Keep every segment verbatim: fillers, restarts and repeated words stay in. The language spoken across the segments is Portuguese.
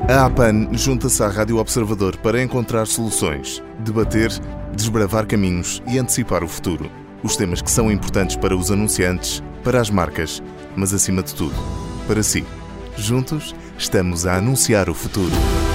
A APAN junta-se à Rádio Observador para encontrar soluções, debater, desbravar caminhos e antecipar o futuro. Os temas que são importantes para os anunciantes, para as marcas, mas acima de tudo, para si. Juntos, estamos a anunciar o futuro.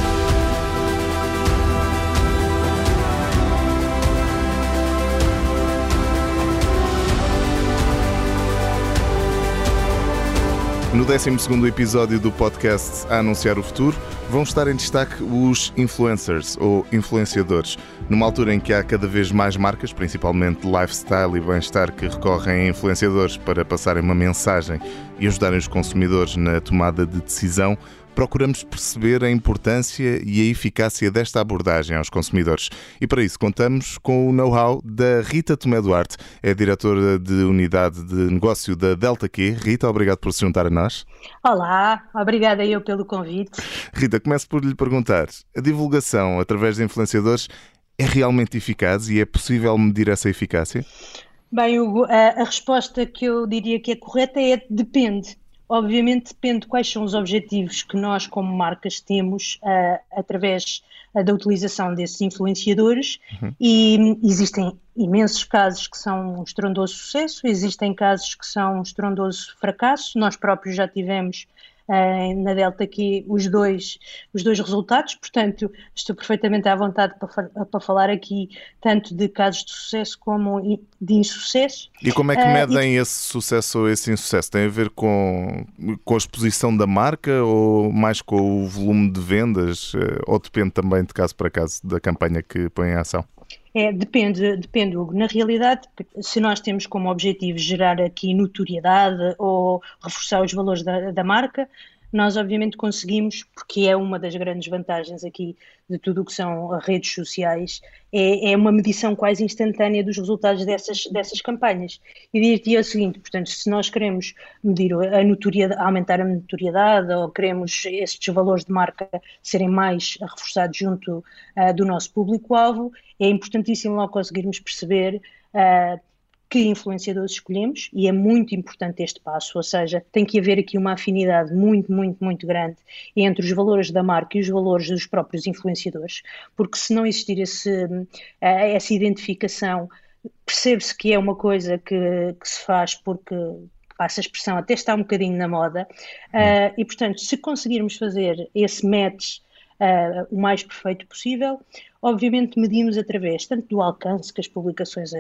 No décimo segundo episódio do podcast A Anunciar o Futuro, vão estar em destaque os influencers ou influenciadores. Numa altura em que há cada vez mais marcas, principalmente de lifestyle e bem-estar, que recorrem a influenciadores para passarem uma mensagem e ajudarem os consumidores na tomada de decisão, procuramos perceber a importância e a eficácia desta abordagem aos consumidores. E para isso contamos com o know-how da Rita Tomé Duarte, é diretora de Unidade de Negócio da Delta Q. Rita, obrigado por se juntar a nós. Olá, obrigada eu pelo convite. Rita, começo por lhe perguntar, a divulgação através de influenciadores é realmente eficaz e é possível medir essa eficácia? Bem, Hugo, a, a resposta que eu diria que é correta é depende. Obviamente depende de quais são os objetivos que nós como marcas temos uh, através uh, da utilização desses influenciadores uhum. e existem imensos casos que são um estrondoso sucesso, existem casos que são um estrondoso fracasso, nós próprios já tivemos uh, na Delta aqui os dois, os dois resultados, portanto estou perfeitamente à vontade para, para falar aqui tanto de casos de sucesso como de insucesso. E como é que medem uh, e... esse sucesso ou esse insucesso? Tem a ver com, com a exposição da marca ou mais com o volume de vendas? Ou depende também de caso para caso da campanha que põe em ação? É, depende, depende, Hugo. Na realidade, se nós temos como objetivo gerar aqui notoriedade ou reforçar os valores da, da marca, nós obviamente conseguimos, porque é uma das grandes vantagens aqui de tudo o que são redes sociais, é, é uma medição quase instantânea dos resultados dessas, dessas campanhas. E diria o seguinte, portanto, se nós queremos medir a notoriedade, aumentar a notoriedade ou queremos estes valores de marca serem mais reforçados junto uh, do nosso público-alvo, é importantíssimo logo conseguirmos perceber uh, que influenciadores escolhemos, e é muito importante este passo, ou seja, tem que haver aqui uma afinidade muito, muito, muito grande entre os valores da marca e os valores dos próprios influenciadores, porque se não existir esse, essa identificação, percebe-se que é uma coisa que, que se faz porque essa expressão até está um bocadinho na moda, uh, e portanto, se conseguirmos fazer esse match Uh, o mais perfeito possível, obviamente medimos através tanto do alcance que as publicações uh,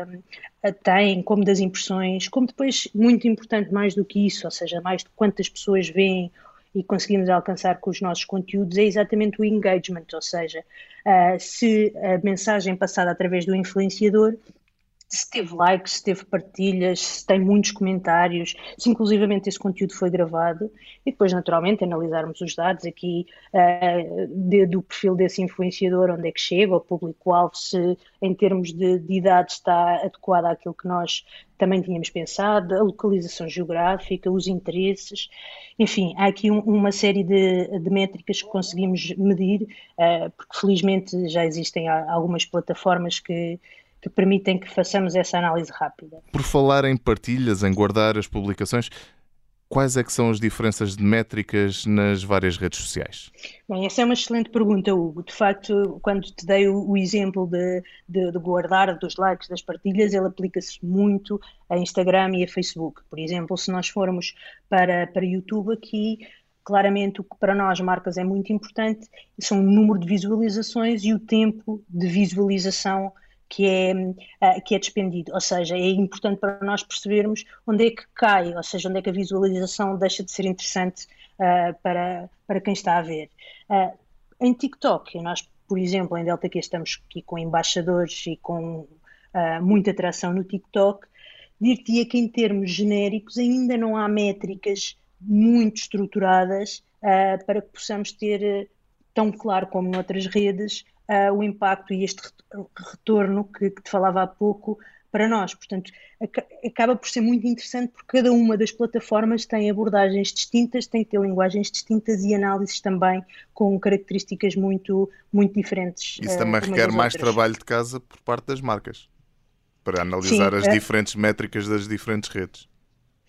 uh, têm, como das impressões, como depois, muito importante mais do que isso, ou seja, mais de quantas pessoas veem e conseguimos alcançar com os nossos conteúdos, é exatamente o engagement, ou seja, uh, se a mensagem passada através do influenciador se teve likes, se teve partilhas, se tem muitos comentários, se inclusivamente esse conteúdo foi gravado e depois naturalmente analisarmos os dados aqui uh, de, do perfil desse influenciador, onde é que chega, o público-alvo, se em termos de, de idade está adequado àquilo que nós também tínhamos pensado, a localização geográfica, os interesses, enfim, há aqui um, uma série de, de métricas que conseguimos medir, uh, porque felizmente já existem algumas plataformas que que permitem que façamos essa análise rápida. Por falar em partilhas, em guardar as publicações, quais é que são as diferenças de métricas nas várias redes sociais? Bem, essa é uma excelente pergunta, Hugo. De facto, quando te dei o, o exemplo de, de, de guardar dos likes, das partilhas, ele aplica-se muito a Instagram e a Facebook. Por exemplo, se nós formos para, para YouTube aqui, claramente o que para nós marcas é muito importante são o número de visualizações e o tempo de visualização que é, uh, que é despendido, ou seja, é importante para nós percebermos onde é que cai, ou seja, onde é que a visualização deixa de ser interessante uh, para, para quem está a ver. Uh, em TikTok, nós, por exemplo, em Delta Q estamos aqui com embaixadores e com uh, muita atração no TikTok, diria que em termos genéricos ainda não há métricas muito estruturadas uh, para que possamos ter, uh, tão claro como noutras redes, Uh, o impacto e este retorno que, que te falava há pouco para nós. Portanto, ac- acaba por ser muito interessante porque cada uma das plataformas tem abordagens distintas, tem que ter linguagens distintas e análises também com características muito, muito diferentes. Isso uh, também requer mais outras. trabalho de casa por parte das marcas, para analisar Sim, as é... diferentes métricas das diferentes redes.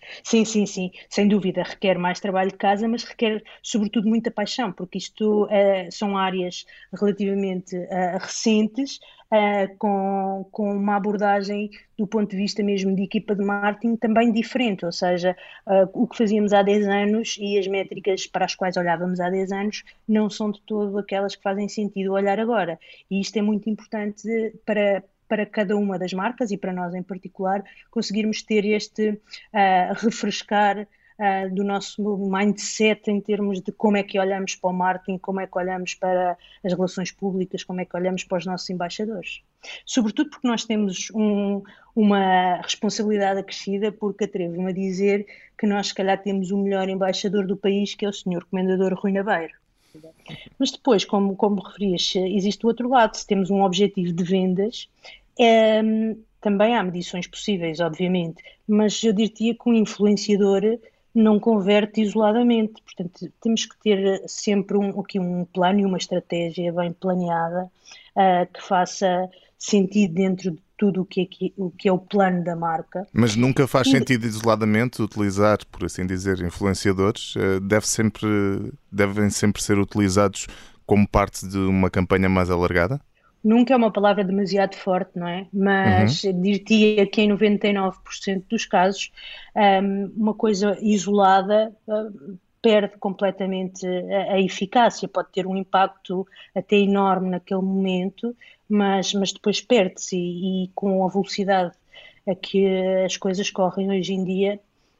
Sim, sim, sim, sem dúvida, requer mais trabalho de casa, mas requer sobretudo muita paixão, porque isto eh, são áreas relativamente eh, recentes, eh, com, com uma abordagem do ponto de vista mesmo de equipa de marketing também diferente, ou seja, eh, o que fazíamos há dez anos e as métricas para as quais olhávamos há dez anos não são de todo aquelas que fazem sentido olhar agora, e isto é muito importante para para cada uma das marcas e para nós em particular, conseguirmos ter este uh, refrescar uh, do nosso mindset em termos de como é que olhamos para o marketing, como é que olhamos para as relações públicas, como é que olhamos para os nossos embaixadores. Sobretudo porque nós temos um, uma responsabilidade acrescida, porque atrevo-me a dizer que nós se calhar temos o melhor embaixador do país, que é o senhor Comendador Rui Nabeiro. Mas depois, como, como referias, existe o outro lado, se temos um objetivo de vendas, é, também há medições possíveis, obviamente, mas eu diria que um influenciador não converte isoladamente, portanto temos que ter sempre um, aqui um plano e uma estratégia bem planeada uh, que faça sentido dentro de tudo o que, é, o que é o plano da marca. Mas nunca faz sentido isoladamente utilizar, por assim dizer, influenciadores, deve sempre, devem sempre ser utilizados como parte de uma campanha mais alargada? Nunca é uma palavra demasiado forte, não é? Mas uhum. diria que em noventa e nove por cento dos casos uma coisa isolada perde completamente a eficácia, pode ter um impacto até enorme naquele momento, mas, mas depois perde-se e, e com a velocidade a que as coisas correm hoje em dia,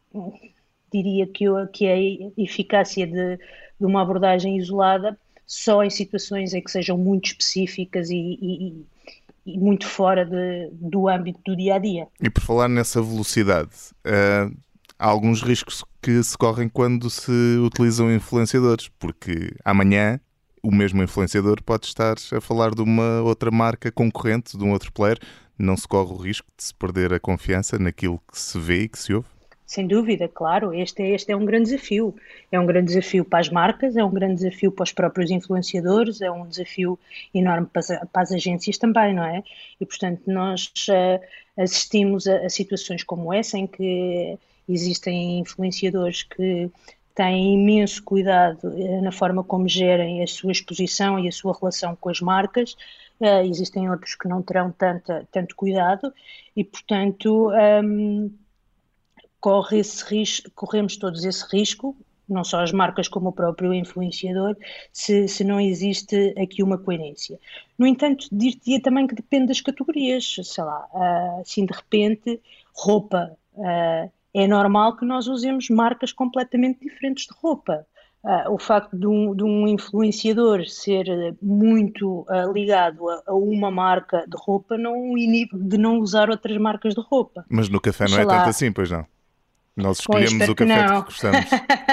diria que, eu, que a eficácia de, de uma abordagem isolada só em situações em que sejam muito específicas e, e, e muito fora de, do âmbito do dia-a-dia. E por falar nessa velocidade, uh, há alguns riscos que se correm quando se utilizam influenciadores, porque amanhã o mesmo influenciador pode estar a falar de uma outra marca concorrente, de um outro player. Não se corre o risco de se perder a confiança naquilo que se vê e que se ouve? Sem dúvida, claro, este é, este é um grande desafio. É um grande desafio para as marcas, é um grande desafio para os próprios influenciadores, é um desafio enorme para as, para as agências também, não é? E, portanto, nós uh, assistimos a, a situações como essa, em que existem influenciadores que têm imenso cuidado uh, na forma como gerem a sua exposição e a sua relação com as marcas. Uh, existem outros que não terão tanta, tanto cuidado e, portanto... Um, corre esse risco, corremos todos esse risco, não só as marcas como o próprio influenciador, se, se não existe aqui uma coerência. No entanto, dir-te-ia também que depende das categorias, sei lá, uh, assim de repente, roupa, uh, é normal que nós usemos marcas completamente diferentes de roupa. Uh, o facto de um, de um influenciador ser muito uh, ligado a, a uma marca de roupa não o inibe de não usar outras marcas de roupa. Mas no café não é lá. tanto assim, pois não? Nós escolhemos Bom, o café que, que gostamos.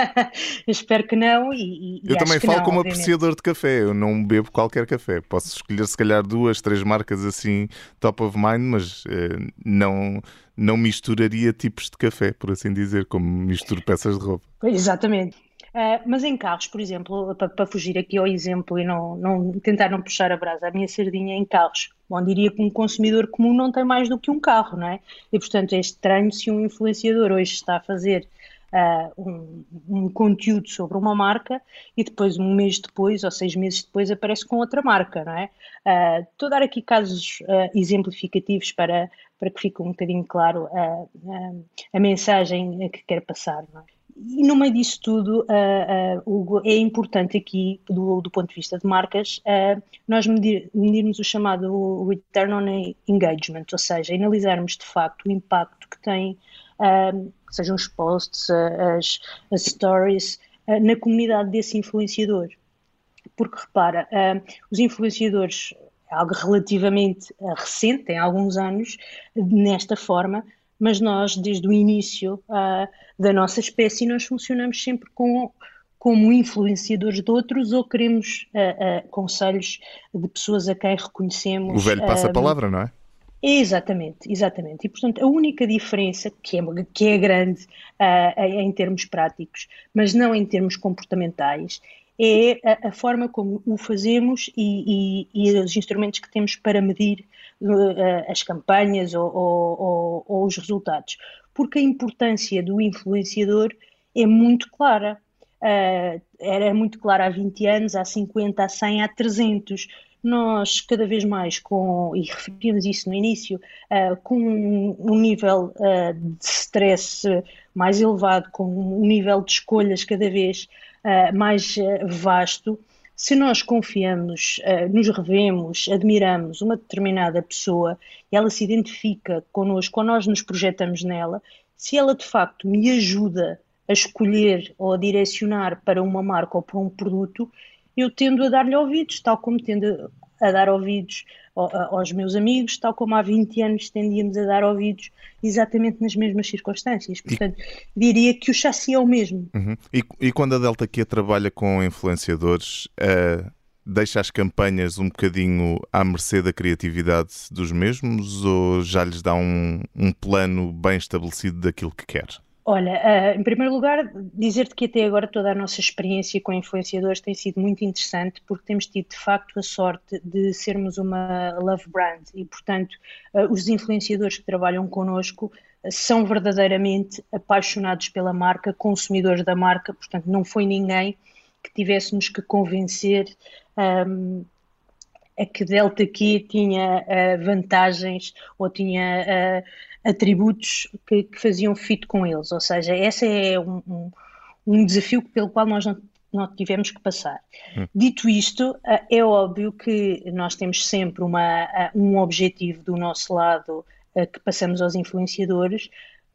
Espero que não. E, e eu acho também que falo não, como obviamente. apreciador de café. Eu não bebo qualquer café. Posso escolher se calhar duas, três marcas assim top of mind, mas eh, não, não misturaria tipos de café, por assim dizer, como misturo peças de roupa. Exatamente. Uh, mas em carros, por exemplo, para, para fugir aqui ao exemplo e não, não, tentar não puxar a brasa, a minha sardinha em carros, bom, diria que um consumidor comum não tem mais do que um carro, não é? E, portanto, é estranho se um influenciador hoje está a fazer uh, um, um conteúdo sobre uma marca e depois, um mês depois ou seis meses depois, aparece com outra marca, não é? Uh, estou a dar aqui casos uh, exemplificativos para, para que fique um bocadinho claro uh, uh, a mensagem que quero passar, não é? E no meio disso tudo, uh, uh, Hugo, é importante aqui, do, do ponto de vista de marcas, uh, nós medir, medirmos o chamado Return on Engagement, ou seja, analisarmos de facto o impacto que tem, uh, sejam os posts, uh, as, as stories, uh, na comunidade desse influenciador. Porque, repara, uh, os influenciadores, algo relativamente uh, recente, tem alguns anos, nesta forma, mas nós, desde o início uh, da nossa espécie, nós funcionamos sempre com, como influenciadores de outros ou queremos uh, uh, conselhos de pessoas a quem reconhecemos. O velho passa a palavra, não é? Exatamente, exatamente. E, portanto, a única diferença, que é, que é grande uh, em termos práticos, mas não em termos comportamentais, é a, a forma como o fazemos e, e, e os instrumentos que temos para medir uh, as campanhas ou, ou, ou, ou os resultados. porque a importância do influenciador é muito clara. Uh, era muito clara há vinte anos, há cinquenta, há cem, há trezentos. Nós, cada vez mais, com, e referimos isso no início, uh, com um, um nível uh, de stress mais elevado, com um nível de escolhas cada vez uh, mais uh, vasto, se nós confiamos, uh, nos revemos, admiramos uma determinada pessoa, ela se identifica connosco, ou nós nos projetamos nela, se ela de facto me ajuda a escolher ou a direcionar para uma marca ou para um produto, eu tendo a dar-lhe ouvidos, tal como tendo a dar ouvidos aos meus amigos, tal como há vinte anos tendíamos a dar ouvidos exatamente nas mesmas circunstâncias. Portanto, e... diria que o chassi é o mesmo. Uhum. E, e quando a Delta Q trabalha com influenciadores, uh, deixa as campanhas um bocadinho à mercê da criatividade dos mesmos ou já lhes dá um, um plano bem estabelecido daquilo que quer? Olha, uh, em primeiro lugar, dizer-te que até agora toda a nossa experiência com influenciadores tem sido muito interessante porque temos tido de facto a sorte de sermos uma love brand e, portanto, uh, os influenciadores que trabalham connosco uh, são verdadeiramente apaixonados pela marca, consumidores da marca, portanto não foi ninguém que tivéssemos que convencer um, a que Delta Q tinha uh, vantagens ou tinha... Uh, atributos que, que faziam fit com eles, ou seja, esse é um, um, um desafio pelo qual nós não, não tivemos que passar. Hum. Dito isto, é óbvio que nós temos sempre uma, um objetivo do nosso lado que passamos aos influenciadores,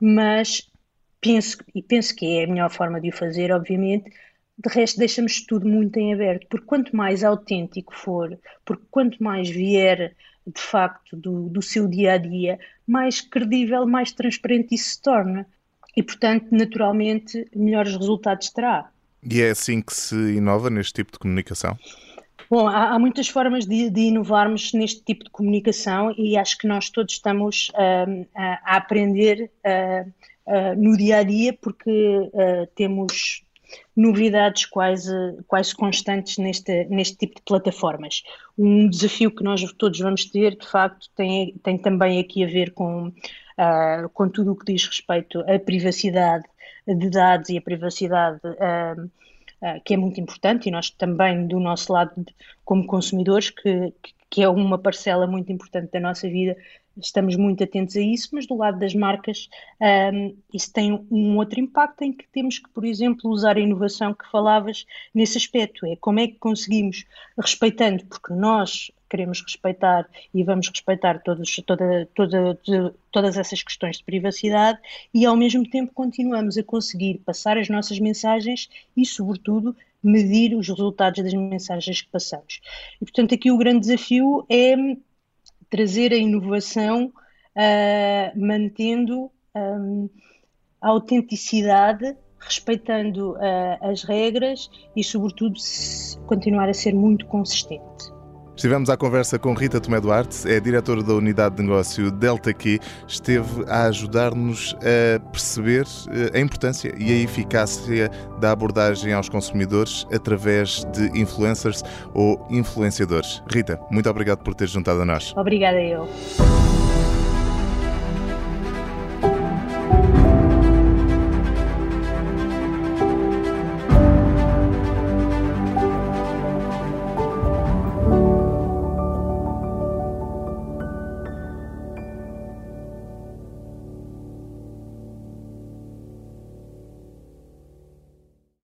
mas penso, e penso que é a melhor forma de o fazer, obviamente, de resto deixamos tudo muito em aberto, porque quanto mais autêntico for, porque quanto mais vier de facto do, do seu dia-a-dia, mais credível, mais transparente isso se torna. E, portanto, naturalmente, melhores resultados terá. E é assim que se inova neste tipo de comunicação? Bom, há, há muitas formas de, de inovarmos neste tipo de comunicação e acho que nós todos estamos uh, a, a aprender uh, uh, no dia-a-dia porque uh, temos novidades quase, quase constantes neste, neste tipo de plataformas. Um desafio que nós todos vamos ter, de facto, tem, tem também aqui a ver com, uh, com tudo o que diz respeito à privacidade de dados e a privacidade uh, uh, que é muito importante e nós também do nosso lado como consumidores, que, que é uma parcela muito importante da nossa vida, estamos muito atentos a isso, mas do lado das marcas um, isso tem um outro impacto em que temos que, por exemplo, usar a inovação que falavas nesse aspecto, é como é que conseguimos, respeitando, porque nós queremos respeitar e vamos respeitar todos, toda, toda, todas essas questões de privacidade e ao mesmo tempo continuamos a conseguir passar as nossas mensagens e, sobretudo, medir os resultados das mensagens que passamos. E, portanto, aqui o grande desafio é trazer a inovação uh, mantendo um, a autenticidade, respeitando uh, as regras e, sobretudo, continuar a ser muito consistente. Estivemos à conversa com Rita Tomé Duarte, é diretora da Unidade de Negócio Delta Q, esteve a ajudar-nos a perceber a importância e a eficácia da abordagem aos consumidores através de influencers ou influenciadores. Rita, muito obrigado por ter juntado a nós. Obrigada eu.